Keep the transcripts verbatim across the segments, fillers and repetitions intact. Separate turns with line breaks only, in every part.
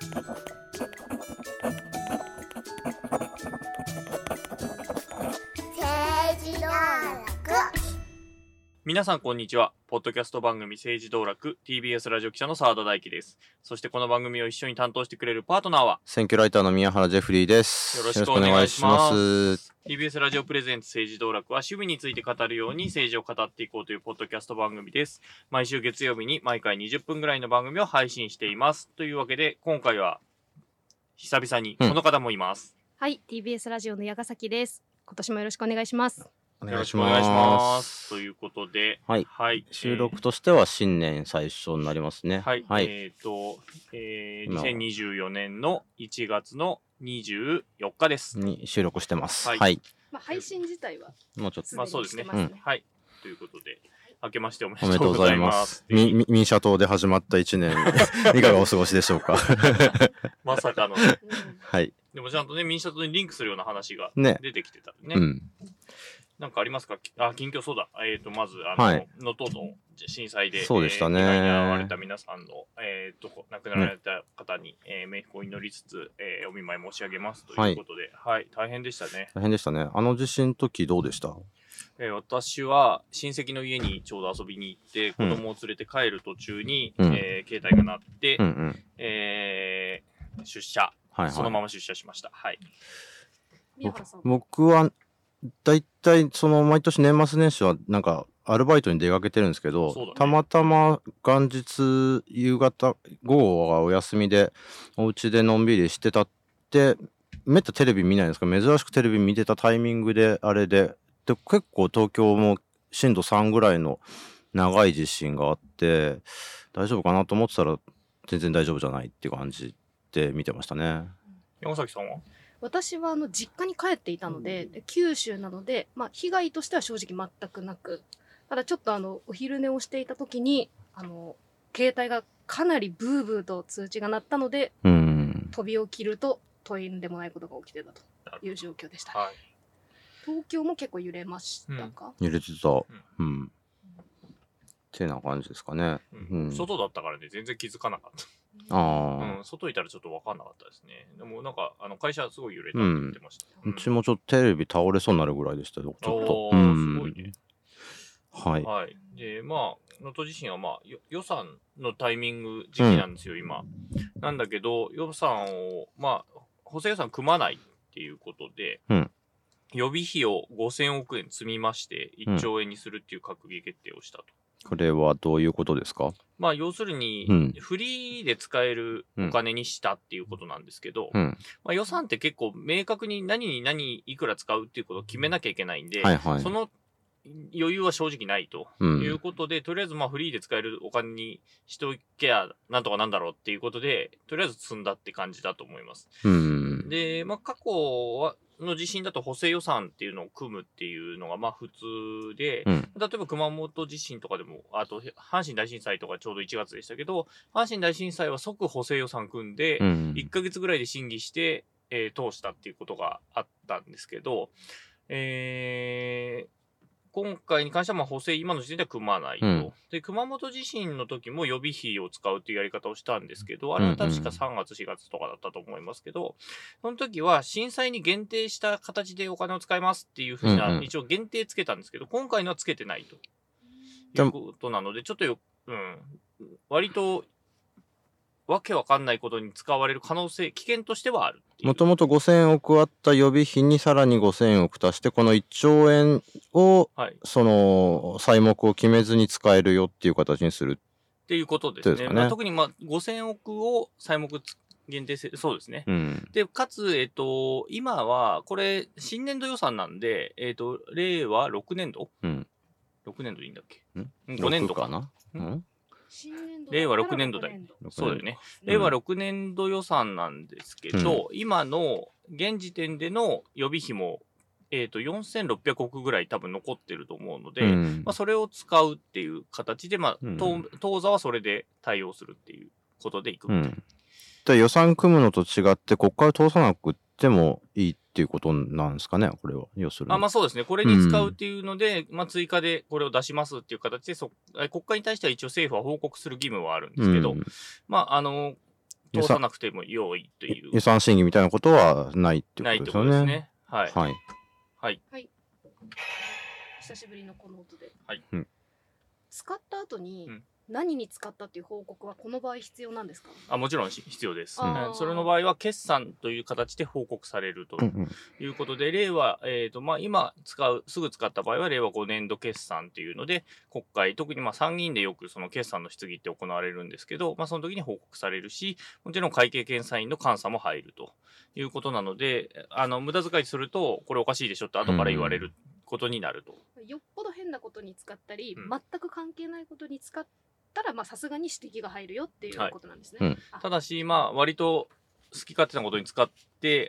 皆さんこんにちは。ポッドキャスト番組政治道楽 ティービーエス ラジオ記者の澤田大樹です。そしてこの番組を一緒に担当してくれるパートナーは
選挙ライターの宮原ジェフリーです。
よろしくお願いします。ティービーエス ラジオプレゼンツ政治道楽は趣味について語るように政治を語っていこうというポッドキャスト番組です。毎週月曜日に毎回にじゅっぷんぐらいの番組を配信しています。というわけで今回は久々にこの方もいます。
うん、はい、ティービーエス ラジオの矢ヶ崎です。今年もよろしくお願いします。
お願いし
ます。よろしくお願いします。ということで、
はい。はい、収録としては新年最初になりますね。
はい。はい、えっ、ー、と、えー、にせんにじゅうよねんのいちがつのにじゅうよっかです。
に収録してます。はい。
はい、まあ、配信自体は
もうちょっと。
まあそうですね。
うん、
はい。ということで、明けましておめでとうございます。
み、み、民社党で始まったいちねん、いかがお過ごしでしょうか。
まさかの。
はい。
でもちゃんとね、民社党にリンクするような話が出てきてたね。
うん。
なんかありますか？あ、近況そうだ。えっ、ー、と、まず、あの、能、はい、登の震災で、
そうでしたね。
えー、被害に遭われた皆さんの、えっ、ー、と、亡くなられた方に、ね、えー、冥福を祈りつつ、えー、お見舞い申し上げますということで、はい、はい、大変でしたね。
大変でしたね。あの地震の時どうでした？
えー、私は親戚の家にちょうど遊びに行って、子供を連れて帰る途中に、うん、えー、携帯が鳴って、うんうん、えー、出社、はいはい、そのまま出社しました。はい。
僕はだいたいその毎年年末年始はなんかアルバイトに出かけてるんですけど、ね、たまたま元日夕方午後はお休みでお家でのんびりしてたってめったテレビ見ないんですか、珍しくテレビ見てたタイミングであれでで結構東京も震度さんぐらいの長い地震があって大丈夫かなと思ってたら全然大丈夫じゃないっていう感じで見てましたね。
山崎さんは？
私はあの実家に帰っていたので、うん、九州なので、まあ、被害としては正直全くなく、ただちょっとあのお昼寝をしていた時にあの携帯がかなりブーブーと通知が鳴ったので、うん、飛び起きるととんでもないことが起きてたという状況でした、ね。はい、東京も結構揺れましたか？
うん、揺れてた。うん。うんってな感じですかね、
うんうん。外だったからね全然気づかなかった。
あ
うん、外いたらちょっと分かんなかったですね。でもなんかあの会社はすごい揺れたって言ってました。
うん、うちもちょっとテレビ倒れそうになるぐらいでしたよ。ちょっと。
うん、すごいね。
はい。
はい。で、まあ能登地震はまあ予算のタイミング時期なんですよ、うん、今。なんだけど予算をまあ補正予算組まないっていうことで、うん、予備費をごせんおくえん積みましていっちょうえんにするっていう閣議決定をしたと。
これはどういうことですか？
まあ要するに、うん、フリーで使えるお金にしたっていうことなんですけど、うん、まあ、予算って結構明確に何に何いくら使うっていうことを決めなきゃいけないんで、はいはい、その余裕は正直ないということで、うん、とりあえずまあフリーで使えるお金にしとけやなんとかなんだろうっていうことで、とりあえず積んだって感じだと思います。うん、で、まあ過去はの地震だと補正予算っていうのを組むっていうのがまあ普通で、うん、例えば熊本地震とかでも、あと阪神大震災とかちょうどいちがつでしたけど、阪神大震災は即補正予算組んで、いっかげつぐらいで審議して、えー、通したっていうことがあったんですけど、えー、今回に関してはまあ補正今の時点では組まないと、うん、で熊本地震の時も予備費を使うというやり方をしたんですけど、あれは確かさんがつしがつとかだったと思いますけど、その時は震災に限定した形でお金を使いますっていうふうな、うんうん、一応限定つけたんですけど、今回のはつけてないということなので、ちょっとよ、うん、割とわけわかんないことに使われる可能性、危険としてはある。
もともとごせんおくあった予備費にさらにごせんおく足して、このいっちょうえんを、はい、その、細目を決めずに使えるよっていう形にする。
っていうことですね。ですね。まあ、特にまあごせんおくを細目限定せ、そうですね。うん、で、かつ、えっと、今は、これ、新年度予算なんで、えっと、令和ろくねんど、うん、ろくねんどでいいんだっけ？ん ご 年度かな。うん令和ろくねんどだよね。そうだよね。うん、令和ろくねんど予算なんですけど、うん、今の現時点での予備費も、えっと、よんせんろっぴゃくおくぐらい多分残ってると思うので、うん、まあ、それを使うっていう形で、まあ、うん、当座はそれで対応するっていうことでいく。うん、
で予算組むのと違って、国会を通さなくてもいいっていうことなんですかね、これは。要するに。
あ、まあそうですね。これに使うっていうので、うん、まあ追加でこれを出しますっていう形で、そ国会に対しては一応政府は報告する義務はあるんですけど、うん、まああの、 通さなくても良いという。
予算審議みたいなことはないってことですよね。ないってことですね。
はい。
はい。
はい。
はい。久しぶりのこの音で。
はい。
うん、
使った後に、うん何に使ったっていう報告はこの場合必要なんですか？
あ、もちろん必要です。うん、それの場合は決算という形で報告されるということで、うんうん、令和、えーとまあ、今使う、すぐ使った場合は令和ごねん度決算というので、国会、特にまあ参議院でよくその決算の質疑って行われるんですけど、まあ、その時に報告されるし、もちろん会計検査院の監査も入るということなので、あの無駄遣いすると、これおかしいでしょって後から言われることになると。
うん、よっぽど変なことに使ったり、うん、全く関係ないことに使って、たらさすがに指摘が入るよっていうことなんですね。
はいうん、ただし、まあ、割と好き勝手なことに使って、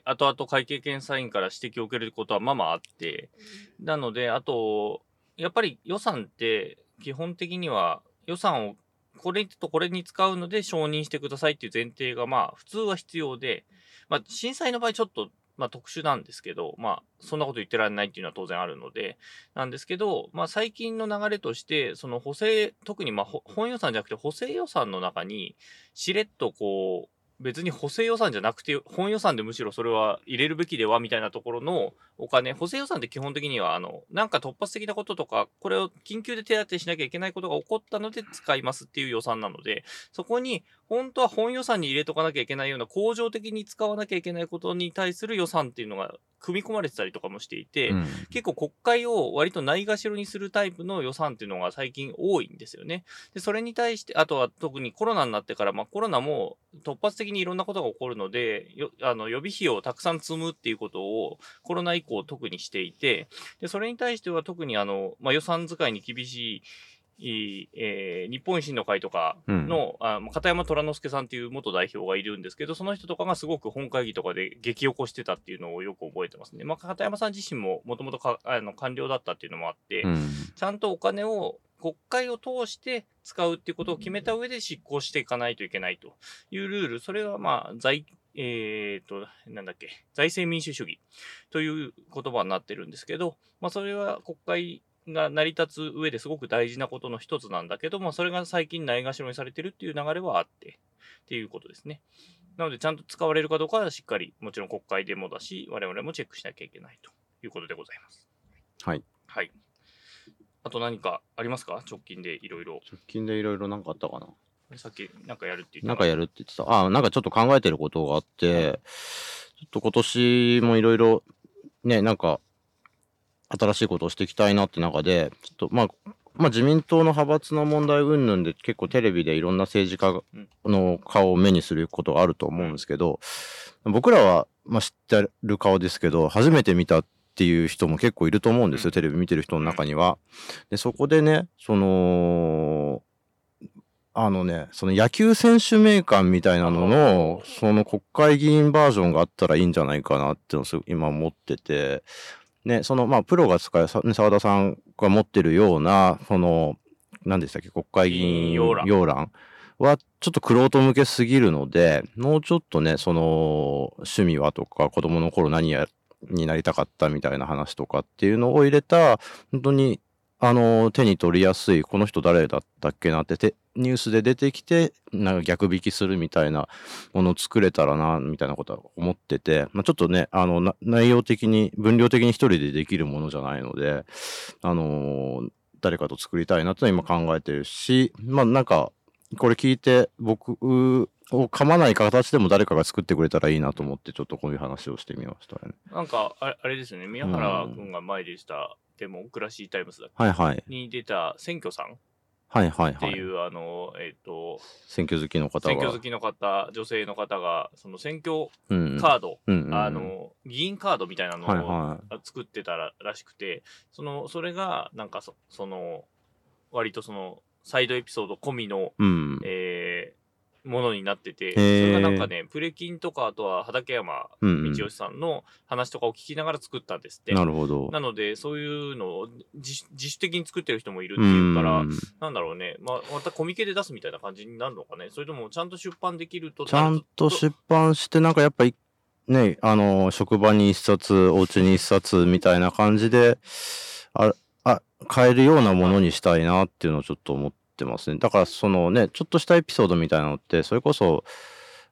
後々会計検査院から指摘を受けることはまあまああって、うん、なので、あと、やっぱり予算って基本的には予算をこれとこれに使うので承認してくださいっていう前提がまあ普通は必要で、まあ、震災の場合ちょっとまあ特殊なんですけど、まあそんなこと言ってられないっていうのは当然あるので、なんですけど、まあ最近の流れとして、その補正、特にまあ本予算じゃなくて補正予算の中に、しれっとこう、別に補正予算じゃなくて、本予算でむしろそれは入れるべきではみたいなところのお金、補正予算って基本的には、あの、なんか突発的なこととか、これを緊急で手当てしなきゃいけないことが起こったので使いますっていう予算なので、そこに本当は本予算に入れとかなきゃいけないような恒常的に使わなきゃいけないことに対する予算っていうのが組み込まれてたりとかもしていて、うん、結構国会を割とないがしろにするタイプの予算っていうのが最近多いんですよね。で、それに対して、あとは特にコロナになってから、まあコロナも突発的にいろんなことが起こるので、よあの予備費をたくさん積むっていうことをコロナ以降特にしていて、で、それに対しては特にあの、まあ予算使いに厳しいいいえー、日本維新の会とかの、うん、あ片山虎之助さんっていう元代表がいるんですけど、その人とかがすごく本会議とかで激起こしてたっていうのをよく覚えてますね。まあ、片山さん自身ももともと官僚だったっていうのもあって、うん、ちゃんとお金を国会を通して使うっていうことを決めた上で執行していかないといけないというルール、それはまあ財えっと、なんだっけ、財政民主主義という言葉になってるんですけど、まあそれは国会が成り立つ上ですごく大事なことの一つなんだけども、それが最近ないがしろにされてるっていう流れはあってっていうことですね。なのでちゃんと使われるかどうかはしっかりもちろん国会でもだし、我々もチェックしなきゃいけないということでございます。
はい。
はい。あと何かありますか？直近でいろいろ。
直近でいろいろ何かあったかな。
さっきなんかやるって言ってた。
なんかやるって言ってた。あ、なんかちょっと考えてることがあって、うん、ちょっと今年もいろいろね、なんか新しいことをしていきたいなって中で、ちょっとまあ、まあ自民党の派閥の問題云々で結構テレビでいろんな政治家の顔を目にすることがあると思うんですけど、僕らはまあ知ってる顔ですけど、初めて見たっていう人も結構いると思うんですよ、テレビ見てる人の中には。で、そこでね、その、あのね、その野球選手名鑑みたいなのの、その国会議員バージョンがあったらいいんじゃないかなっていうのを今思ってて、ね、その、まあ、プロが使う、澤田さんが持ってるような、その、何でしたっけ、国会議員要覧は、ちょっと玄人向けすぎるので、もうちょっとね、その、趣味はとか、子供の頃何や、になりたかったみたいな話とかっていうのを入れた、本当に、あの、手に取りやすい、この人誰だったっけなってて、ニュースで出てきて、なんか逆引きするみたいなものを作れたらな、みたいなことは思ってて、まあ、ちょっとね、あの、内容的に、分量的に一人でできるものじゃないので、あのー、誰かと作りたいなと今考えてるし、まあなんか、これ聞いて僕を噛まない形でも誰かが作ってくれたらいいなと思って、ちょっとこういう話をしてみましたね。
なんか、あれですね、宮原くんが前でした、デモクラシータイムズだっけ、
はいはい、
に出た選挙さん
はいはいはい。
っていう、あの、えっと、
選挙好きの方が。
選挙好きの方、女性の方が、その選挙カード、うんうん、あの、議員カードみたいなのを作ってたらしくて、はいはい、その、それが、なんかそ、その、割とその、サイドエピソード込みの、うん、えーものになってて、それがなんかね、プレキンとか、あとは畠山道義さんの話とかを聞きながら作ったんですって。
なるほど。
なので、そういうのを自, 自主的に作ってる人もいるっていうから、なんだろうね、まあ、またコミケで出すみたいな感じになるのかね。それともちゃんと出版できると。
ちゃんと出版して、なんかやっぱり、ね、あの、職場に一冊、お家に一冊みたいな感じで、あ、あ、買えるようなものにしたいなっていうのをちょっと思って、ってますね。だからそのね、ちょっとしたエピソードみたいなのって、それこそ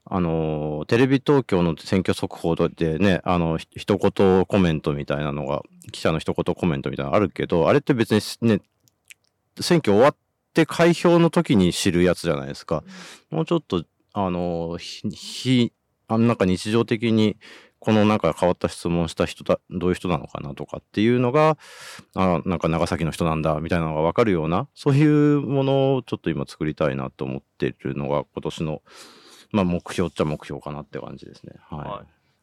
あのー、テレビ東京の選挙速報でね、あの、一言コメントみたいなのが、記者の一言コメントみたいなのあるけど、あれって別にね、選挙終わって開票の時に知るやつじゃないですか。もうちょっと、あのー、ひ、ひ、あのなんか日常的に、このなんか変わった質問した人だ、どういう人なのかなとかっていうのが、あ、なんか長崎の人なんだみたいなのがわかるような、そういうものをちょっと今作りたいなと思ってるのが今年の、まあ目標っちゃ目標かなって感じですね。はい。はい、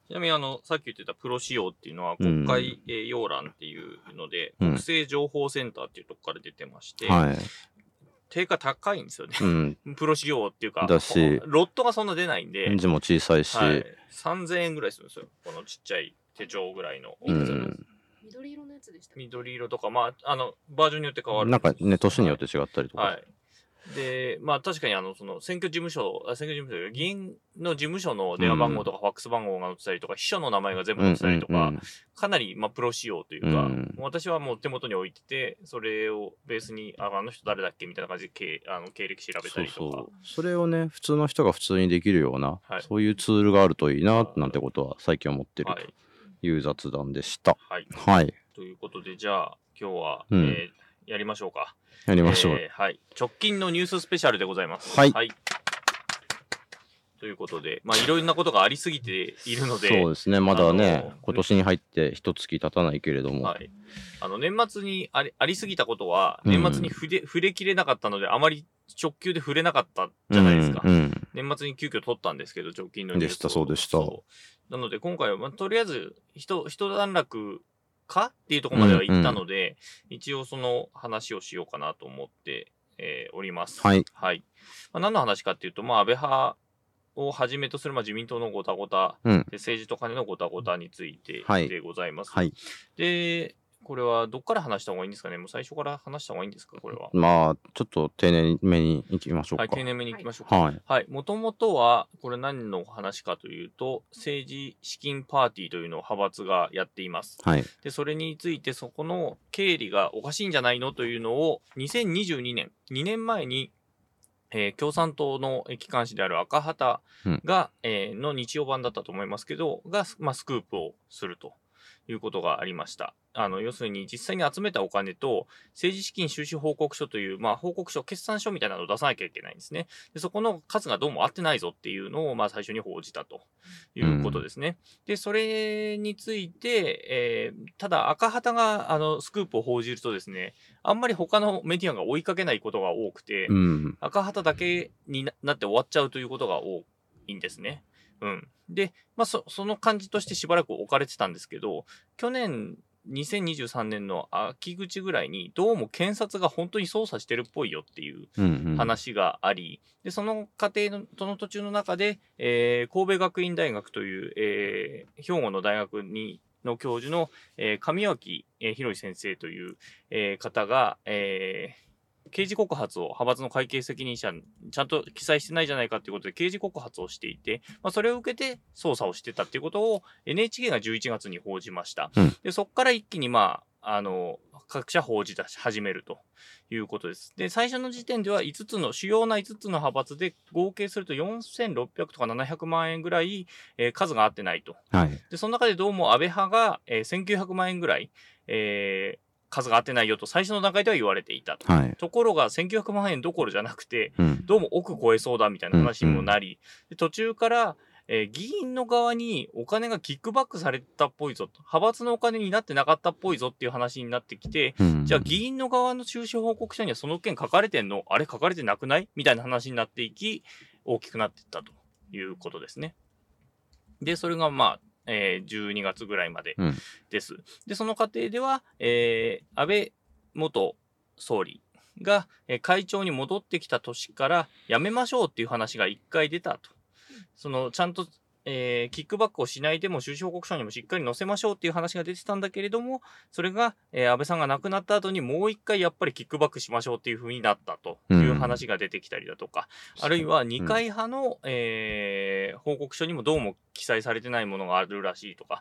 ちなみにあの、さっき言ってたプロ仕様っていうのは国会要覧っていうので、うん、国政情報センターっていうとこから出てまして、はい、定価高いんですよね。うん、プロ仕様っていうか、だし、ロットがそんな出ないんで。
字も小さいし、はい、
さんぜんえんぐらいするんですよ。このちっちゃい手帳ぐらいの大きさの。うん
緑色のやつでしたっけ？
緑色とか、まあ、あの、バージョンによって変わるん
です。なんかね、年によって違ったりとか。
はい。で、まあ確かにあの、その、選挙事務所、選挙事務所、議員の事務所の電話番号とかファックス番号が載ってたりとか、秘書の名前が全部載ってたりとか、うんうんうん、かなり、まあプロ仕様というか、うん、私はもう手元に置いてて、それをベースに、あ、あの人誰だっけみたいな感じで経、あの経歴調べたりとか。そうそう。
それをね、普通の人が普通にできるような、はい、そういうツールがあるといいな、なんてことは最近思ってるという雑談でした。
はい。
はい。
ということで、じゃあ、今日は、うん、えー、やりましょうか。
やりましょう、
えー。はい。直近のニューススペシャルでございます。
はい。
はい、ということで、まあ、いろいろなことがありすぎているので。
そうですね。まだね、今年に入って一月経たないけれども。
はい。あの、年末にあり、ありすぎたことは、年末に触れ、うん、触れきれなかったので、あまり直球で触れなかったじゃないですか。うんうん、年末に急遽取ったんですけど、直近のニュースを。
でした、そうでした。
なので、今回は、まあ、とりあえず、一、一段落、かっていうところまでは行ったので、うんうん、一応その話をしようかなと思って、えー、おります。
はい。
はい。まあ、何の話かっていうと、まあ、安倍派をはじめとする、まあ、自民党のごたごた、うん、で政治と金のごたごたについてでございます。
はい。
で、これはどっから話した方がいいんですかね？もう最初から話した方がいいんですかこれは。
まあ、ちょっと丁寧めに行きましょうか。
はい、丁寧めに行きましょうか。
はい。
はい。もともとは、これ何の話かというと、政治資金パーティーというのを派閥がやっています。
はい。
で、それについてそこの経理がおかしいんじゃないのというのを、にせんにじゅうにねん、にねんまえに、えー、共産党の機関紙である赤旗が、うん、えー、の日曜版だったと思いますけど、が、まあ、スクープをするということがありました。あの、要するに実際に集めたお金と政治資金収支報告書という、まあ、報告書、決算書みたいなのを出さなきゃいけないんですね。で、そこの数がどうも合ってないぞっていうのを、まあ、最初に報じたということですね。うん、で、それについて、えー、ただ赤旗が、あの、スクープを報じるとですね、あんまり他のメディアが追いかけないことが多くて、うん、赤旗だけになって終わっちゃうということが多いんですね。うん。で、まあ、そ、その感じとしてしばらく置かれてたんですけど、去年、にせんにじゅうさんねんの秋口ぐらいに、どうも検察が本当に捜査してるっぽいよっていう話があり、うんうん、で、その過程の、その途中の中で、えー、神戸学院大学という、えー、兵庫の大学に、の教授の、えー、上脇、えー、博先生という、えー、方が、えー、刑事告発を派閥の会計責任者ちゃんと記載してないじゃないかということで刑事告発をしていて、まあ、それを受けて捜査をしてたっていうことを エヌエイチケー がじゅういちがつに報じました。うん、で、そこから一気にまあ、あの、各社報じ出し始めるということです。で、最初の時点ではいつつの、主要ないつつの派閥で合計するとよんせんろっぴゃくとかななひゃくまんえんぐらい、えー、数が合ってないと。
はい。
で、その中でどうも安倍派が、えー、せんきゅうひゃくまんえんぐらい、えー数が合ってないよと最初の段階では言われていたと。
はい、
ところがせんきゅうひゃくまんえんどころじゃなくて、うん、どうも億超えそうだみたいな話にもなり、うんうん、で途中から、えー、議員の側にお金がキックバックされたっぽいぞと、派閥のお金になってなかったっぽいぞっていう話になってきて、うん、じゃあ議員の側の収支報告書にはその件書かれてんの？あれ書かれてなくない？みたいな話になっていき、大きくなっていったということですね。で、それがまあ、えー、じゅうにがつぐらいまでです。うん、で、その過程では、えー、安倍元総理が、えー、会長に戻ってきた年からやめましょうっていう話が一回出たと。その、ちゃんと、えー、キックバックをしないでも収支報告書にもしっかり載せましょうっていう話が出てたんだけれども、それが、えー、安倍さんが亡くなった後にもう一回やっぱりキックバックしましょうっていう風になったという話が出てきたりだとか、うん、あるいは二階派の、えー、報告書にもどうも記載されてないものがあるらしいとか、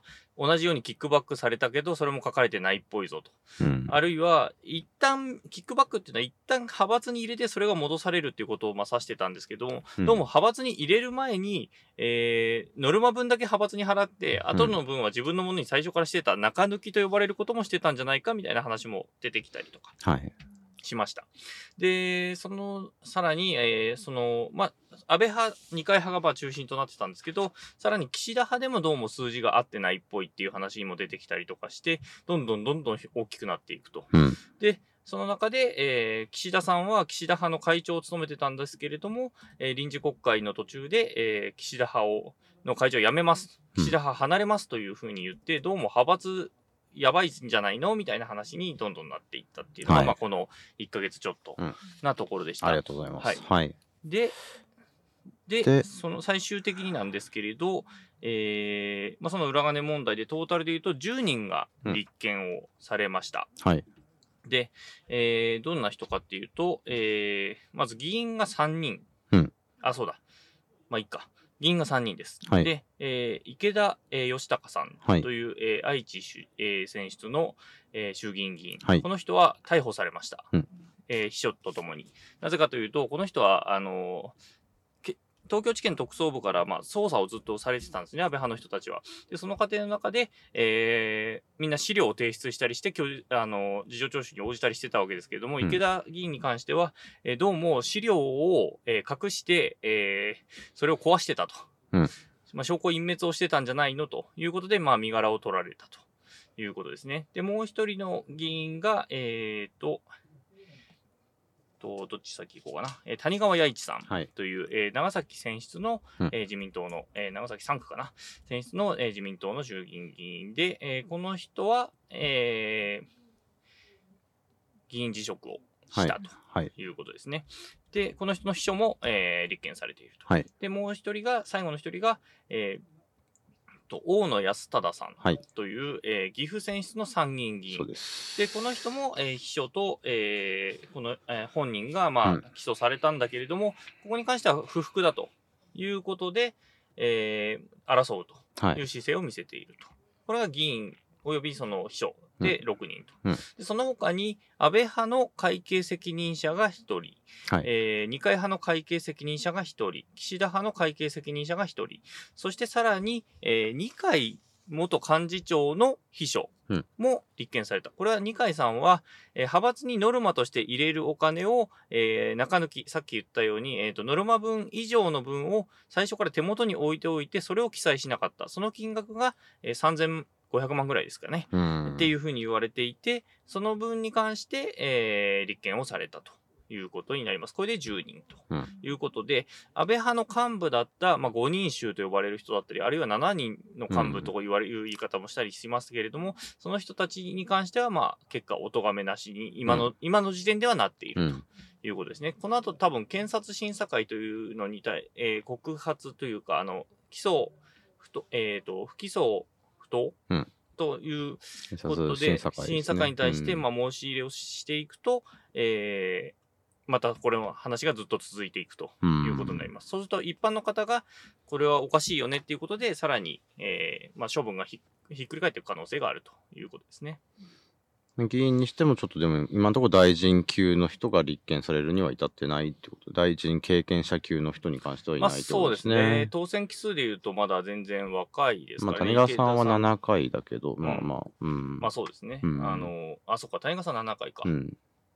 同じようにキックバックされたけど、それも書かれてないっぽいぞと。うん、あるいは、一旦、キックバックっていうのは一旦派閥に入れてそれが戻されるっていうことをまあ指してたんですけども、うん、どうも派閥に入れる前に、えー、ノルマ分だけ派閥に払って、後の分は自分のものに最初からしてた中抜きと呼ばれることもしてたんじゃないかみたいな話も出てきたりとか。はい。しました。で、その、さらに、えー、その、まあ、安倍派、二階派がまあ中心となってたんですけど、さらに岸田派でもどうも数字が合ってないっぽいっていう話にも出てきたりとかして、どんどんどんどん大きくなっていくと。うん、で、その中で、えー、岸田さんは岸田派の会長を務めてたんですけれども、えー、臨時国会の途中で、えー、岸田派を、の会長を辞めます。岸田派離れますというふうに言って、どうも派閥、やばいんじゃないのみたいな話にどんどんなっていったっていうのが、はい、まあこのいっかげつちょっとなところでした。
うん、ありがとうございます。はい。はい、
で、で、でその最終的になんですけれど、えー、まあその裏金問題でトータルで言うとじゅうにんが立件をされました。うん、はい。で、えー、どんな人かっていうと、えー、まず議員がさんにん。うん。あ、そうだ。まあいいか。議員がさんにんです。はい、で、えー、池田、えー、義孝さんという、はい、えー、愛知主、えー、選出の、えー、衆議院議員、はい。この人は逮捕されました。うん、えー、秘書とともに。なぜかというと、この人は、あのー、東京地検特捜部から、まあ、捜査をずっとされてたんですね、安倍派の人たちは。で、その過程の中で、えー、みんな資料を提出したりして、あのー、事情聴取に応じたりしてたわけですけれども、うん、池田議員に関しては、えー、どうも資料を、えー、隠して、えー、それを壊してたと。うん、まあ、証拠隠滅をしてたんじゃないのということで、まあ、身柄を取られたということですね。で、もう一人の議員が、えーと、と、どっち先行こうかな。えー、谷川弥一さんという、はい、えー、長崎選出の、うん、えー、自民党の、えー、長崎さん区かな。選出の、えー、自民党の衆議院議員で、えー、この人は、えー、議員辞職をしたということですね。はいはい、で、この人の秘書も、えー、立件されていると。はい、で、もう一人が、最後の一人が、えー、と大野安忠さんという、はい、えー、岐阜選出の参議院議員。で, で、この人も、えー、秘書と、えー、この、えー、本人が、まあ、うん、起訴されたんだけれども、ここに関しては不服だということで、えー、争うという姿勢を見せていると。はい、これが議員及びその秘書でろくにんと。うんうん、でその他に、安倍派の会計責任者がひとり、はい、えー、二階派の会計責任者がひとり、岸田派の会計責任者がひとり、そしてさらに、えー、二階元幹事長の秘書も立件された。これは二階さんは、えー、派閥にノルマとして入れるお金を、えー、中抜き、さっき言ったように、えーと、ノルマ分以上の分を最初から手元に置いておいて、それを記載しなかった。その金額が、えー、さんぜんごひゃくまんぐらいですかね。っていうふうに言われていて、その分に関して、えー、立件をされたということになります。これでじゅうにんということで、うん、安倍派の幹部だった、まあ、ごにん衆と呼ばれる人だったり、あるいはしちにんの幹部と言われる言い方もしたりしますけれども、その人たちに関しては、まあ、結果、お咎めなしに、今の、うん、今の時点ではなっているということですね。この後、多分、検察審査会というのに対、えー、告発というか、あの、起訴、不と、えっ、ー、と、不起訴不当、うんということで、審査会に対して、まあ、申し入れをしていくと、えー、またこれの話がずっと続いていくということになります。そうすると、一般の方が、これはおかしいよねっていうことで、さらに、えー、まあ、処分が ひ, ひっくり返っていく可能性があるということですね。
議員にしてもちょっとでも今のところ大臣級の人が立件されるには至ってないってこと、大臣経験者級の人に関してはいないってことですね。まあ、そうですね。
当選期数でいうとまだ全然若いですからね。
まあ谷川さんはななかいだけど、うん、まあまあ、うん。
まあそうですね。うん、あの、あ、そっか、谷川さんななかいか。うん。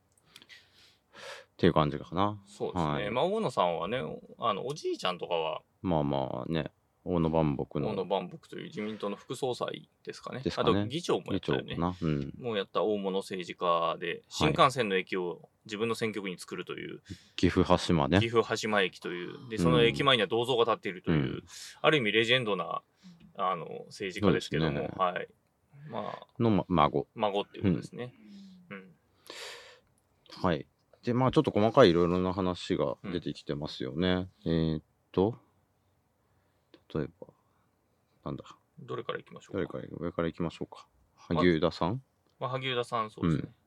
っていう感じかな。
そうですね。はい、まあ大野さんはね、あの、おじいちゃんとかは。
まあまあね。大野万博の。
大野万博という自民党の副総裁ですかね。ですかね。あと議長もやったよね。うん、もうやった大物政治家で、新幹線の駅を自分の選挙区に作るという。はい、
岐阜羽島ね。
岐阜羽島駅という。で、その駅前には銅像が建っているという、うん、ある意味レジェンドな、あの、政治家ですけども、ね、はい。まあ。
の、ま、孫。
孫っていうことですね。うん。うん、
はい。で、まあちょっと細かいいろいろな話が出てきてますよね。うん、えー、っと、例えば。なんだ
どれからいきましょうか。
誰から上からいきましょうか。萩生田さん、
まあ、萩生田さん、そうですね。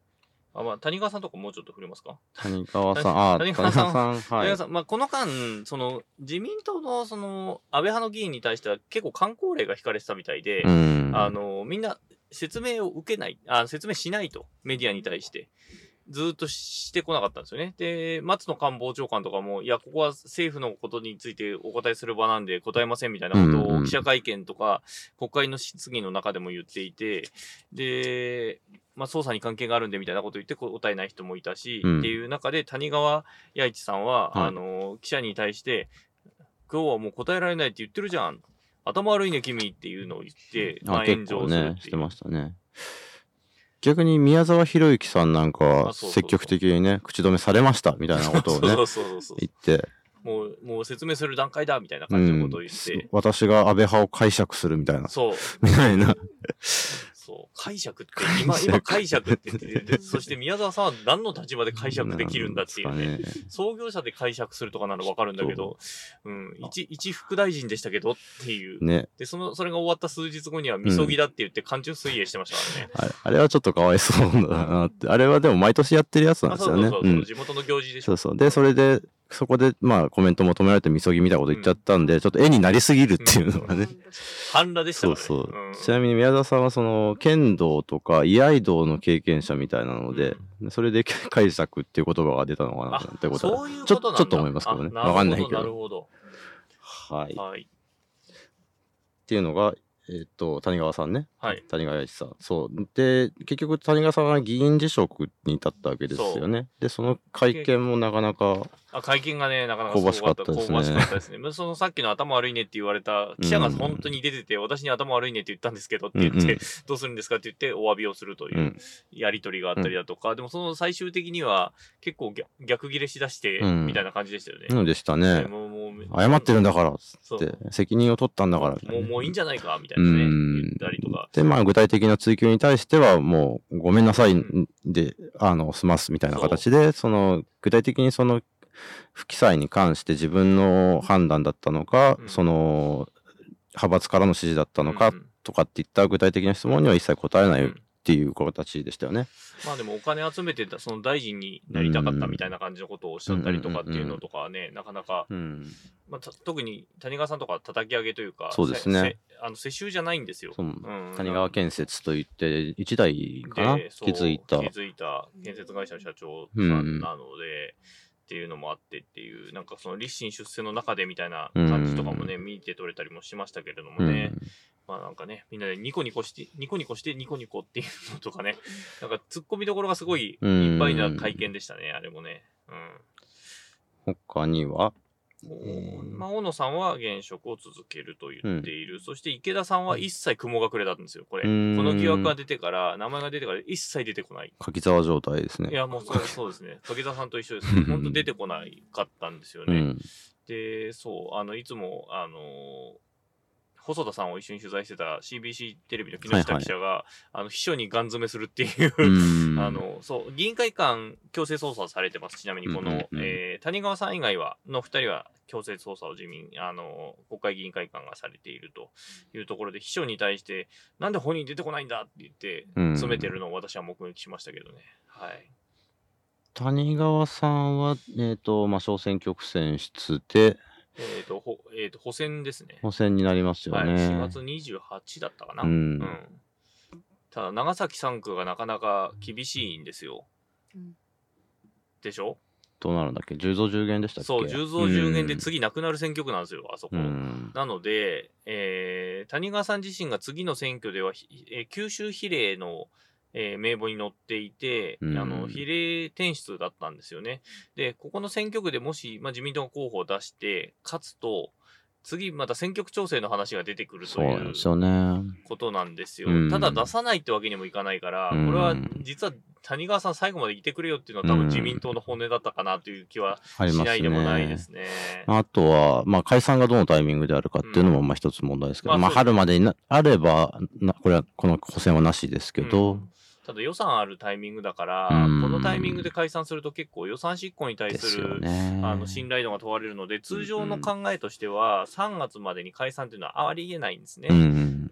あ、まあ、谷川さんとかもうちょっと触れますか？
谷川さん、あ、谷川さん、はい。
谷川さん、まあ、この間、その、自民党の、その、安倍派の議員に対しては結構慣行令が引かれてたみたいで、うん、あの、みんな説明を受けない、あ、説明しないと、メディアに対して。ずっとしてこなかったんですよね。で、松野官房長官とかも、いや、ここは政府のことについてお答えする場なんで答えませんみたいなことを記者会見とか、国会の質疑の中でも言っていて、で、まあ、捜査に関係があるんでみたいなことを言って答えない人もいたし、うん、っていう中で谷川弥一さんは、はい、あの、記者に対して、今日はもう答えられないって言ってるじゃん。頭悪いね、君っていうのを言って、まあ、炎上するっていう。
ね、してましたね。逆に宮沢博之さんなんかは積極的にね、口止めされましたみたいなことをね、言って。
もう、もう説明する段階だみたいな感じのことを言って。うん、
私が安倍派を解釈するみたいな。
そう。
みたいな。
そう。解釈って、今、今解釈って言って、そして宮沢さんは何の立場で解釈できるんだっていうね。ね創業者で解釈するとかならわかるんだけど、うん、一、一副大臣でしたけどっていう。ね。で、その、それが終わった数日後には、みそぎだって言って寒中水泳してましたからね。
うん、あれ、あれはちょっとかわいそうだなって。あれはでも毎年やってるやつなんですよね。
そうそうそう、うん、地元の行事でしょ。
そうそう。で、それで、そこで、まあ、コメント求められてみそぎみたいなこと言っちゃったんで、うん、ちょっと絵になりすぎるっていうのがね。
半裸でしたからね。
そうそう。うん、ちなみに宮沢さんは、その、剣道とか居合道の経験者みたいなので、うん、それで解釈っていう言葉が出たのかなってことは、ちょっと思いますけどね。わかんないけど。
なるほど。
はい。はい。っていうのが、えっと、谷川さんね。
はい。
谷川弥一さん。そう。で、結局、谷川さんは議員辞職に至ったわけですよね。で、その会見もなかなか。
あ、会見がね、なかなか香ばしかったですね。香ばしかったですね。そのさっきの頭悪いねって言われた記者が本当に出てて、うん、私に頭悪いねって言ったんですけどって言って、うんうん、どうするんですかって言ってお詫びをするというやりとりがあったりだとか、うん、でもその最終的には結構逆切れしだして、みたいな感じでしたよね。
うん、でしたね。もうもう謝ってるんだからっつって、責任を取ったんだからみたいな。
もう、もういいんじゃないかみたいなね、言ったりとか。
で、まあ具体的な追及に対してはもうごめんなさいで、あの、済ますみたいな形で、その具体的にその不記載に関して自分の判断だったのか、うん、その派閥からの指示だったのかとかっていった具体的な質問には一切答えないっていう形でしたよね。
まあでもお金集めてたその大臣になりたかったみたいな感じのことをおっしゃったりとかっていうのとかはね、なかなか、うんまあ、特に谷川さんとか叩き上げというか、
そうですね。
あの世襲じゃないんですよ。
うん、谷川建設といって一台かな気づいた
気づいた建設会社の社長さんなので。うんっていうのもあってっていう、なんかその立身出世の中でみたいな感じとかもね、見て取れたりもしましたけれどもね。まあなんかね、みんなでニコニコして、ニコニコしてニコニコっていうのとかね、なんか突っ込みどころがすごいいっぱいな会見でしたね、あれもね。
うん。他には
まあ、大野さんは現職を続けると言っている。うん、そして池田さんは一切雲隠れだったんですよ、これ。この疑惑が出てから、名前が出てから一切出てこない。
柿沢状態ですね。
いや、もうそうそうですね。柿沢さんと一緒ですね。本当出てこないかったんですよね。うん、で、そう、あの、いつも、あのー、細田さんを一緒に取材してた シービーシー テレビの木下記者が、はいはい、あの秘書にガン詰めするっていうあのそう議員会館強制捜査されてます。ちなみにこの、うんうんうんえー、谷川さん以外はのふたりは強制捜査を自民あの国会議員会館がされているというところで、秘書に対してなんで本人出てこないんだって言って詰めてるのを私は目撃しましたけどね。はい。
谷川さんはえっ、ー、とまあ小選挙区選出で。
えっ、ー、と、ほ、えっ、ー、と、補選ですね。
補選になりますよね。はい、
しがつにじゅうはちだったかな。うん。うん、ただ、長崎さん区がなかなか厳しいんですよ。うん、でしょ？
どうなるんだっけ？じゅうぞうじゅうげんでしたっけ？
そう、じゅうぞうじゅうげんで次なくなる選挙区なんですよ、あそこ。うん、なので、えー、谷川さん自身が次の選挙では、えー、九州比例のえー、名簿に載っていて、うん、あの、比例転出だったんですよね。で、ここの選挙区でもし、まあ、自民党が候補を出して、勝つと、次また選挙区調整の話が出てくるということなんですよ。ただ出さないってわけにもいかないから、うん、これは実は谷川さん最後までいてくれよっていうのは多分自民党の本音だったかなという気はしないでもないですね。
うん、あとは、まあ解散がどのタイミングであるかっていうのもまあ一つ問題ですけど、うん、まあ春までになあればな、これはこの補選はなしですけど、うん
ただ予算あるタイミングだから、このタイミングで解散すると結構予算執行に対する、あの信頼度が問われるので、通常の考えとしてはさんがつまでに解散というのはありえないんですね。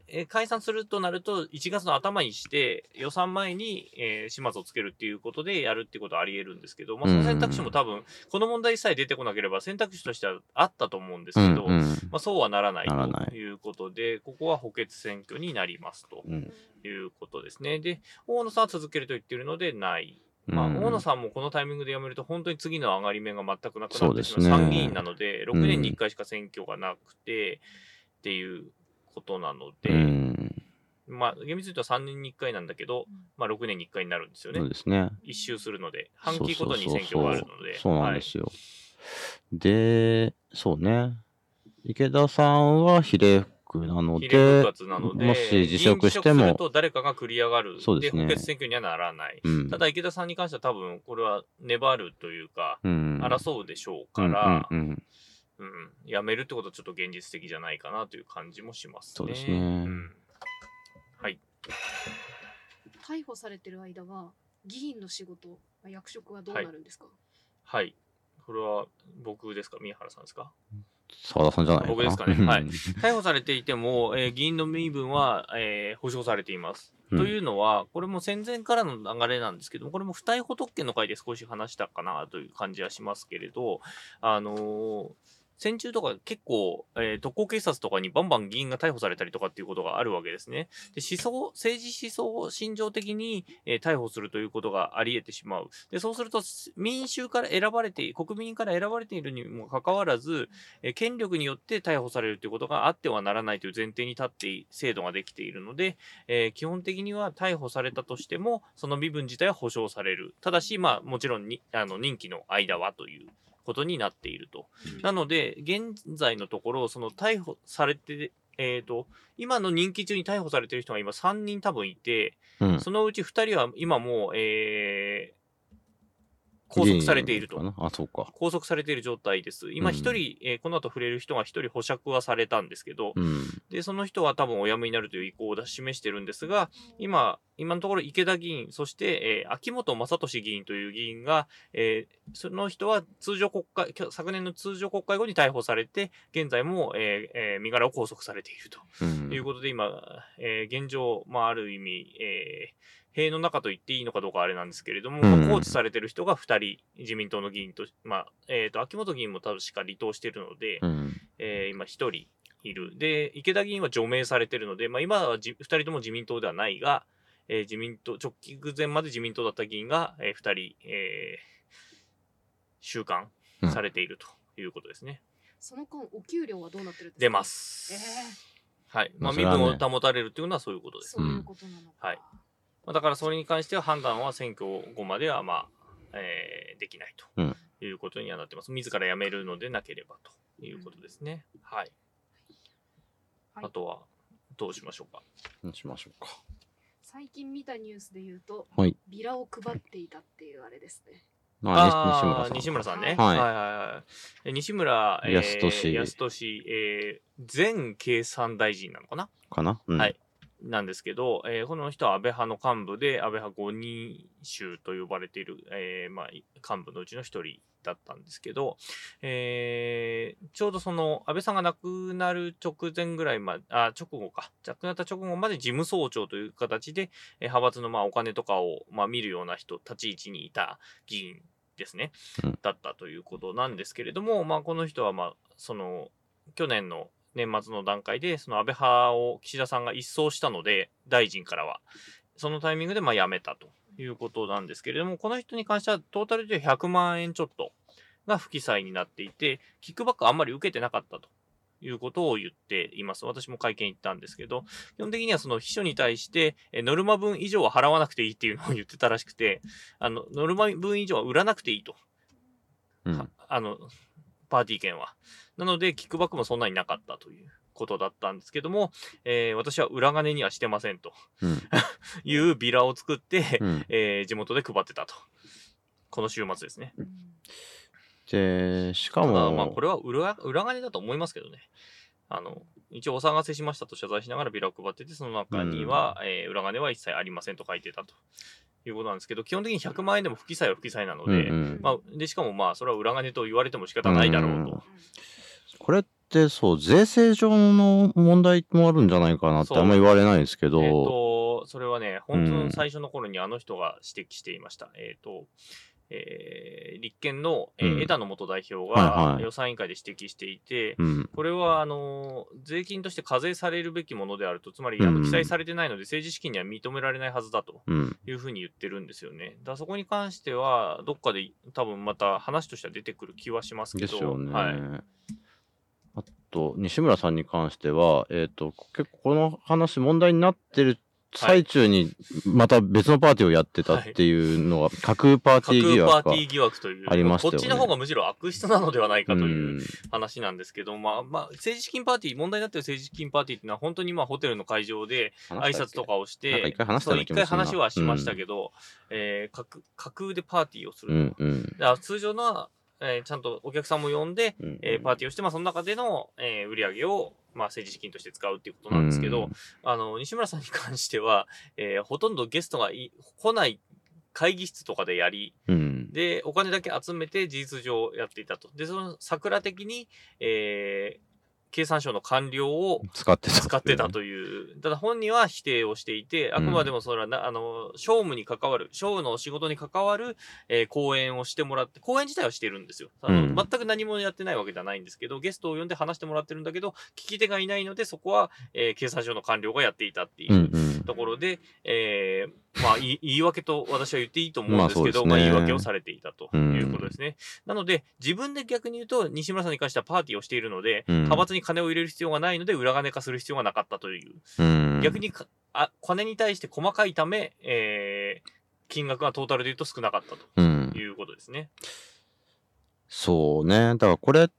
えー、解散するとなるといちがつの頭にして予算前に、えー、始末をつけるっていうことでやるっていうことはあり得るんですけど、まあ、その選択肢も多分この問題さえ出てこなければ選択肢としてはあったと思うんですけど、うんうん、まあ、そうはならないということで、ここは補欠選挙になりますということですね。で、大野さんは続けると言っているのでない。まあ、大野さんもこのタイミングで辞めると本当に次の上がり目が全くなくなってしまう、ね、参議院なのでろくねんにいっかいしか選挙がなくて、うん、っていうことなので、うん、まあ厳密に言うとさんねんにいっかいなんだけど、まあ、ろくねんにいっかいになるんですよね。
そうですね。
一周するので半期ごとに選挙があるので。
そうなんですよ。はい、で、そうね。池田さんは比例なので、
比例復活なので、
もし辞職しても、
すると誰かが繰り上がる。
そうですね。
で、補欠選挙にはならない。うん、ただ、池田さんに関しては多分、これは粘るというか、うん、争うでしょうから、うんうんうんうん、辞めるってことはちょっと現実的じゃないかなという感じもしますね。
そうですね。うん、
はい。
逮捕されてる間は、議員の仕事、役職はどうなるんですか？
はい。はい、これは僕ですか？宮原さんですか？
澤田さんじゃないかな。
僕ですかね。はい。逮捕されていても、えー、議員の身分は、えー、保障されています。うん、というのは、これも戦前からの流れなんですけども、これも不逮捕特権の回で少し話したかなという感じはしますけれど、あのー、戦中とか結構、えー、特攻警察とかにバンバン議員が逮捕されたりとかっていうことがあるわけですね。で、思想、政治思想を心情的に、えー、逮捕するということがあり得てしまう。で、そうすると、民衆から選ばれて、国民から選ばれているにもかかわらず、えー、権力によって逮捕されるということがあってはならないという前提に立って制度ができているので、えー、基本的には逮捕されたとしても、その身分自体は保障される。ただし、まあ、もちろんに、あの、任期の間はという。ことになっていると。なので、現在のところ、その逮捕されて、えっと、今の任期中に逮捕されている人が今さんにん多分いて、うん、そのうちふたりは今もう、えー、拘束されていると。
あ、そうか。
拘束されている状態です。今一人、うん、えー、この後触れる人が一人保釈はされたんですけど、うん、で、その人は多分お辞めになるという意向を示してるんですが、今、今のところ池田議員、そして、えー、秋元正俊議員という議員が、えー、その人は通常国会、昨年の通常国会後に逮捕されて、現在も、えーえー、身柄を拘束されていると、うん、いうことで、今、えー、現状、まあ、ある意味、えー塀の中と言っていいのかどうかあれなんですけれども、うん、まあ、拘置されてる人がふたり、自民党の議員と、まあ、えっと、秋元議員も確か離党しているので、うん、えー、今ひとりいる。で、池田議員は除名されているので、まあ、今はふたりとも自民党ではないが、えー、自民党、直近前まで自民党だった議員が、えー、ふたり、えー、収監されているということですね。
うん、その間、お給料はどうなってるんですか？
出ます。えー、はい。まあ、身分を保たれるというのはそういうことです。
そういうことなのか。
はい。だからそれに関しては判断は選挙後までは、まあ、えー、できないということにはなってます。自ら辞めるのでなければということですね。はい。はい、あとは、どうしましょうか。
どうしましょうか。
最近見たニュースで言うと、
はい、
ビラを配っていたっていうあれですね。
ああ、西村さんね。
はい。
はいはいはい。西村、
えー、康俊。
康俊、えー、前経産大臣なのかな
かな、うん、
はい。なんですけど、えー、この人は安倍派の幹部で、安倍派ごにん衆と呼ばれている、えー、まあ、幹部のうちの一人だったんですけど、えー、ちょうどその、安倍さんが亡くなる直前ぐらいまで、あ、直後か、亡くなった直後まで事務総長という形で、えー、派閥のまあお金とかを、まあ、見るような人、立ち位置にいた議員ですね、うん、だったということなんですけれども、まあ、この人は、まあ、その、去年の年末の段階で、その安倍派を岸田さんが一掃したので、大臣からは。そのタイミングでまあ辞めたということなんですけれども、この人に関してはトータルでひゃくまんえんちょっとが不記載になっていて、キックバックあんまり受けてなかったということを言っています。私も会見行ったんですけど、基本的にはその秘書に対して、ノルマ分以上は払わなくていいっていうのを言ってたらしくて、あの、ノルマ分以上は売らなくていいと。うん、あの、パーティー券は。なので、キックバックもそんなになかったということだったんですけども、えー、私は裏金にはしてませんと、うん、いうビラを作って、うん、えー、地元で配ってたと。この週末ですね。
で、しかも、
まあ、これは 裏, 裏金だと思いますけどね。あの、一応お騒がせしましたと謝罪しながらビラを配ってて、その中には、うん、えー、裏金は一切ありませんと書いてたと。いうことなんですけど、基本的にひゃくまんえんでも不記載は不記載なので、うんうん、まあ、でしかもまあそれは裏金と言われても仕方ないだろうと。うんうん、
これっってそう税制上の問題もあるんじゃないかなってあんまり言われないですけど、
えー、とそれはね本当の最初の頃にあの人が指摘していました。うん、えっ、ー、とえー、立憲の、えーうん、枝野元代表が予算委員会で指摘していて、はいはい、これはあの税金として課税されるべきものであると、つまり、うん、あの記載されてないので政治資金には認められないはずだというふうに言ってるんですよね。だからそこに関してはどっかで多分また話としては出てくる気はしますけど。
ですよね。
はい、
あと西村さんに関しては、えーと、結構この話問題になってる最中にまた別のパーティーをやってたっていうのが架空パーティー疑惑がありましたよね。架空パーティー疑惑という。
こっちの方がむしろ悪質なのではないかという話なんですけど、まあまあ政治資金パーティー、問題になっている政治資金パーティーっていうのは本当にまあホテルの会場で挨拶とかをして、
一回話した
一回話はしましたけど、うん、えー、架空、架空でパーティーをすると。うんうん、だから通常のえー、ちゃんとお客さんも呼んで、うんうん、えー、パーティーをして、まあ、その中での、えー、売り上げを、まあ、政治資金として使うっていうことなんですけど、うん、あの、西村さんに関しては、えー、ほとんどゲストがい来ない会議室とかでやり、うん、で、お金だけ集めて事実上やっていたと。で、その桜的に、えー、経産省の官僚を
使ってた、
使ってたという。ただ本人は否定をしていて、あくまでもそれはな、あの、商務に関わる、商務の仕事に関わる、えー、講演をしてもらって、講演自体はしてるんですよ。あの、うん、全く何もやってないわけではないんですけど、ゲストを呼んで話してもらってるんだけど、聞き手がいないので、そこは、えー、経産省の官僚がやっていたっていうところで、うんうん、えー、まあ、言い訳と私は言っていいと思うんですけど、まあ、ね、まあ、言い訳をされていたということですね。うん、なので、自分で逆に言うと、西村さんに関してはパーティーをしているので、うん、派閥に金を入れる必要がないので、裏金化する必要がなかったという。うん、逆にかあ、金に対して細かいため、えー、金額がトータルで言うと少なかったということですね。うん、
そうね。だからこれって、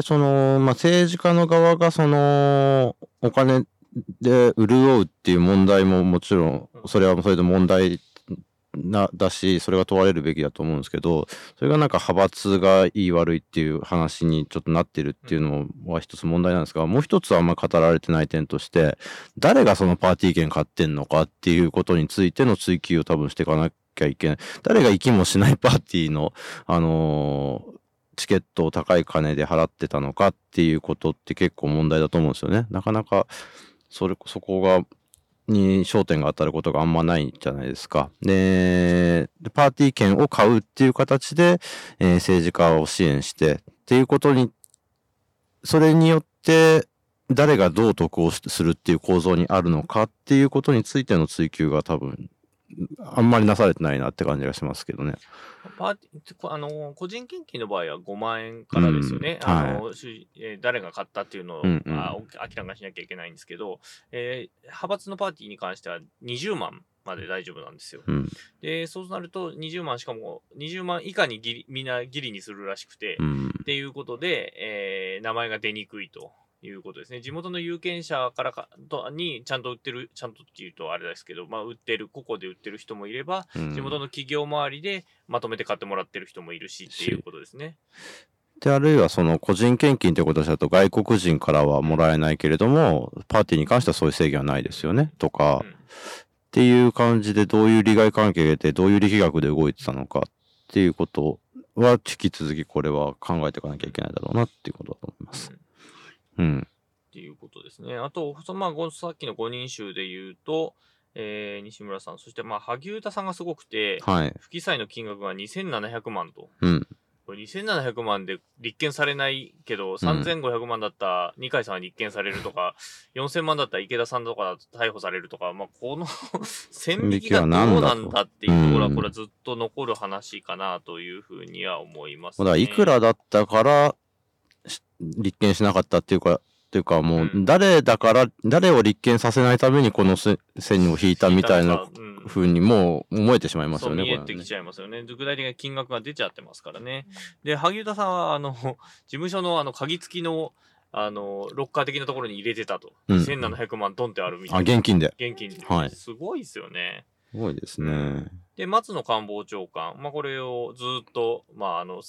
その、まあ、政治家の側が、その、お金、で潤うっていう問題ももちろんそれはそれで問題なだしそれが問われるべきだと思うんですけど、それがなんか派閥がいい悪いっていう話にちょっとなってるっていうのは一つ問題なんですが、もう一つはあんまり語られてない点として誰がそのパーティー券買ってんのかっていうことについての追及を多分していかなきゃいけない。誰が行きもしないパーティーのあのーチケットを高い金で払ってたのかっていうことって結構問題だと思うんですよね。なかなかそれ、そこが、に焦点が当たることがあんまないじゃないですか。で、パーティー券を買うっていう形で、えー、政治家を支援してっていうことに、それによって誰がどう得をするっていう構造にあるのかっていうことについての追及が多分、あんまりなされてないなって感じがしますけどね。
パーティーあの個人献金の場合はごまんえんからですよね。うん、あの、はい、えー、誰が買ったっていうのを、うんうん、あ明らかにしなきゃいけないんですけど、えー、派閥のパーティーに関してはにじゅうまんまで大丈夫なんですよ。うん、で、そうなるとにじゅうまん、しかもにじゅうまん以下にギリみんなギリにするらしくて、うん、っていうことで、えー、名前が出にくいと。いうことですね。地元の有権者からかとにちゃんと売ってる、ちゃんとっていうとあれですけど、まあ売ってる、個々で売ってる人もいれば、うん、地元の企業周りでまとめて買ってもらってる人もいるしっていうことですね。
で、あるいはその個人献金ということだと外国人からはもらえないけれども、パーティーに関してはそういう制限はないですよね、とか、うん、っていう感じでどういう利害関係でどういう力学で動いてたのかっていうことは引き続きこれは考えていかなきゃいけないだろうなっていうことだと思います。うんうん、
っていうことですね。あと、そのまあ、さっきのごにん衆で言うと、えー、西村さん、そしてまあ、萩生田さんがすごくて、はい、不記載の金額がにせんななひゃくまんと。うん、これにせんななひゃくまんで立件されないけど、さんぜんごひゃくまんだった二階さんは立件されるとか、よんせんまんだった池田さんとか逮捕されるとか、まあ、この線引きがどうなんだっていうところは、これはずっと残る話かなというふうには思いますね。
だからいくらだったから、立件しなかったっていうか、っていうかもう誰だから、うん、誰を立件させないためにこの線を引いたみたいな風にもう思えてしまいますよね。
そう見えてきちゃいますよね。具体的な金額が出ちゃってますからね。で、萩生田さんはあの事務所のあの鍵付きのあのロッカー的なところに入れてたと、うん、せんななひゃくまんドンってあるみたいな。
あ、現金で。
現金で。
はい。
すごいですよね。
すごいですね。
で、松野官房長官、まあこれをずっとまああの